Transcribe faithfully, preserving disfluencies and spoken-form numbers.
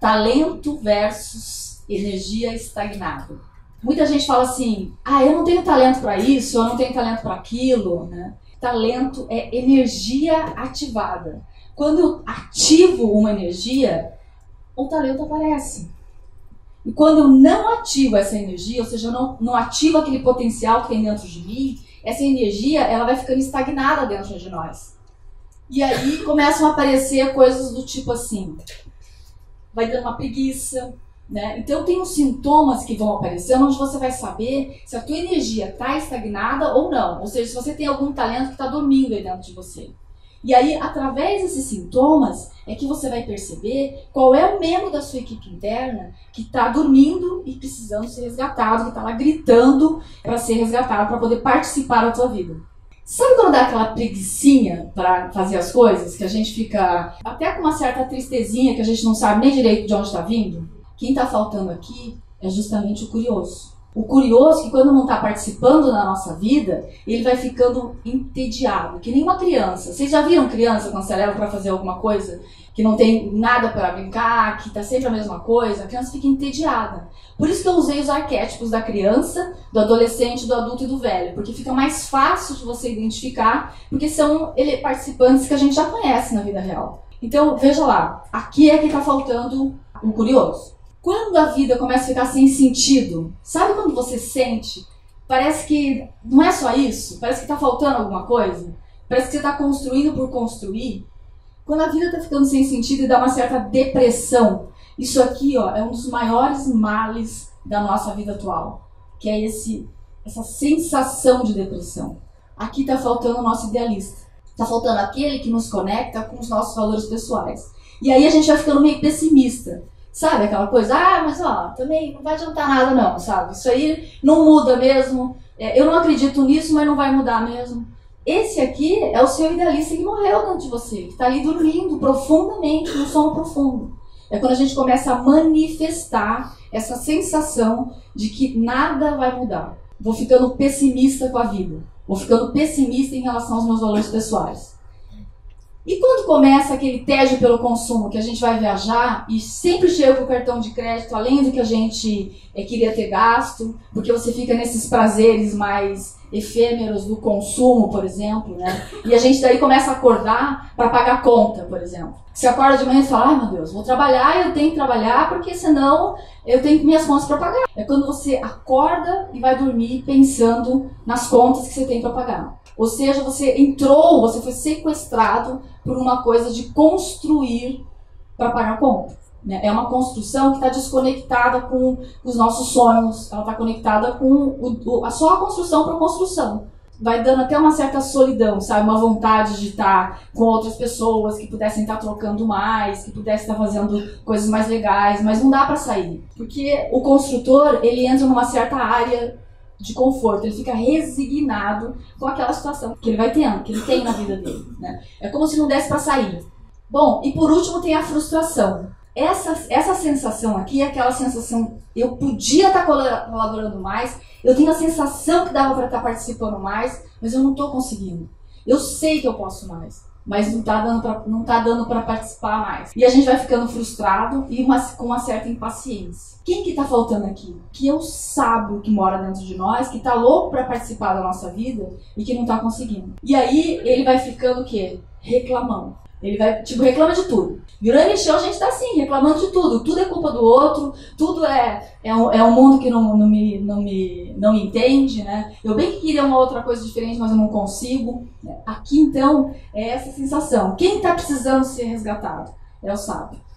talento versus energia estagnada. Muita gente fala assim, ah, eu não tenho talento para isso, eu não tenho talento para aquilo, né? Talento é energia ativada. Quando eu ativo uma energia, o talento aparece. E quando eu não ativo essa energia, ou seja, eu não, não ativo aquele potencial que tem dentro de mim, essa energia ela vai ficando estagnada dentro de nós. E aí começam a aparecer coisas do tipo assim, vai dando uma preguiça, né? Então tem uns sintomas que vão aparecendo onde você vai saber se a tua energia está estagnada ou não. Ou seja, se você tem algum talento que está dormindo aí dentro de você. E aí, através desses sintomas, é que você vai perceber qual é o membro da sua equipe interna que está dormindo e precisando ser resgatado, que está lá gritando para ser resgatado, para poder participar da tua vida. Sabe quando dá aquela preguicinha para fazer as coisas, que a gente fica até com uma certa tristezinha, que a gente não sabe nem direito de onde está vindo? Quem está faltando aqui é justamente o curioso. O curioso que quando não está participando da nossa vida, ele vai ficando entediado, que nem uma criança. Vocês já viram criança quando você leva para fazer alguma coisa que não tem nada para brincar, que está sempre a mesma coisa? A criança fica entediada. Por isso que eu usei os arquétipos da criança, do adolescente, do adulto e do velho, porque fica mais fácil de você identificar, porque são ele, participantes que a gente já conhece na vida real. Então, veja lá, aqui é que está faltando o curioso. Quando a vida começa a ficar sem sentido, sabe quando você sente? Parece que não é só isso, parece que está faltando alguma coisa, parece que você está construindo por construir. Quando a vida está ficando sem sentido e dá uma certa depressão, isso aqui ó, é um dos maiores males da nossa vida atual, que é esse, essa sensação de depressão. Aqui está faltando o nosso idealista, está faltando aquele que nos conecta com os nossos valores pessoais. E aí a gente vai ficando meio pessimista. Sabe aquela coisa, ah, mas ó, também não vai adiantar nada não, sabe? Isso aí não muda mesmo, é, eu não acredito nisso, mas não vai mudar mesmo. Esse aqui é o seu idealista que morreu dentro de você, que está ali dormindo profundamente, no sono profundo. É quando a gente começa a manifestar essa sensação de que nada vai mudar. Vou ficando pessimista com a vida, vou ficando pessimista em relação aos meus valores pessoais. E quando começa aquele tédio pelo consumo, que a gente vai viajar e sempre chega com o cartão de crédito, além do que a gente é, queria ter gasto, porque você fica nesses prazeres mais efêmeros do consumo, por exemplo, né? E a gente daí começa a acordar para pagar conta, por exemplo. Você acorda de manhã e fala, ai meu Deus, vou trabalhar, eu tenho que trabalhar, porque senão eu tenho minhas contas para pagar. É quando você acorda e vai dormir pensando nas contas que você tem para pagar. Ou seja, você entrou, você foi sequestrado por uma coisa de construir para pagar conta. Né? É uma construção que está desconectada com os nossos sonhos, ela está conectada com o, o, só a construção para construção. Vai dando até uma certa solidão, sabe? Uma vontade de estar com outras pessoas que pudessem estar trocando mais, que pudessem estar fazendo coisas mais legais, mas não dá para sair. Porque o construtor, ele entra numa certa área de conforto, ele fica resignado com aquela situação que ele vai tendo, que ele tem na vida dele, né? É como se não desse para sair. Bom, e por último tem a frustração. Essa, essa sensação aqui é aquela sensação, eu podia estar colaborando mais, eu tenho a sensação que dava para estar participando mais, mas eu não estou conseguindo. Eu sei que eu posso mais, mas não está dando para não tá dando para participar mais. E a gente vai ficando frustrado e uma, com uma certa impaciência. Quem que está faltando aqui? Que é o sábio que mora dentro de nós, que está louco para participar da nossa vida e que não está conseguindo. E aí ele vai ficando o quê? Reclamando. Ele vai, tipo, reclama de tudo. Virou e mexeu, a gente tá assim, reclamando de tudo. Tudo é culpa do outro, tudo é, é, um, é um mundo que não, não, me, não, me, não me entende, né? Eu bem que queria uma outra coisa diferente, mas eu não consigo. Aqui, então, é essa sensação. Quem tá precisando ser resgatado? É o sábio.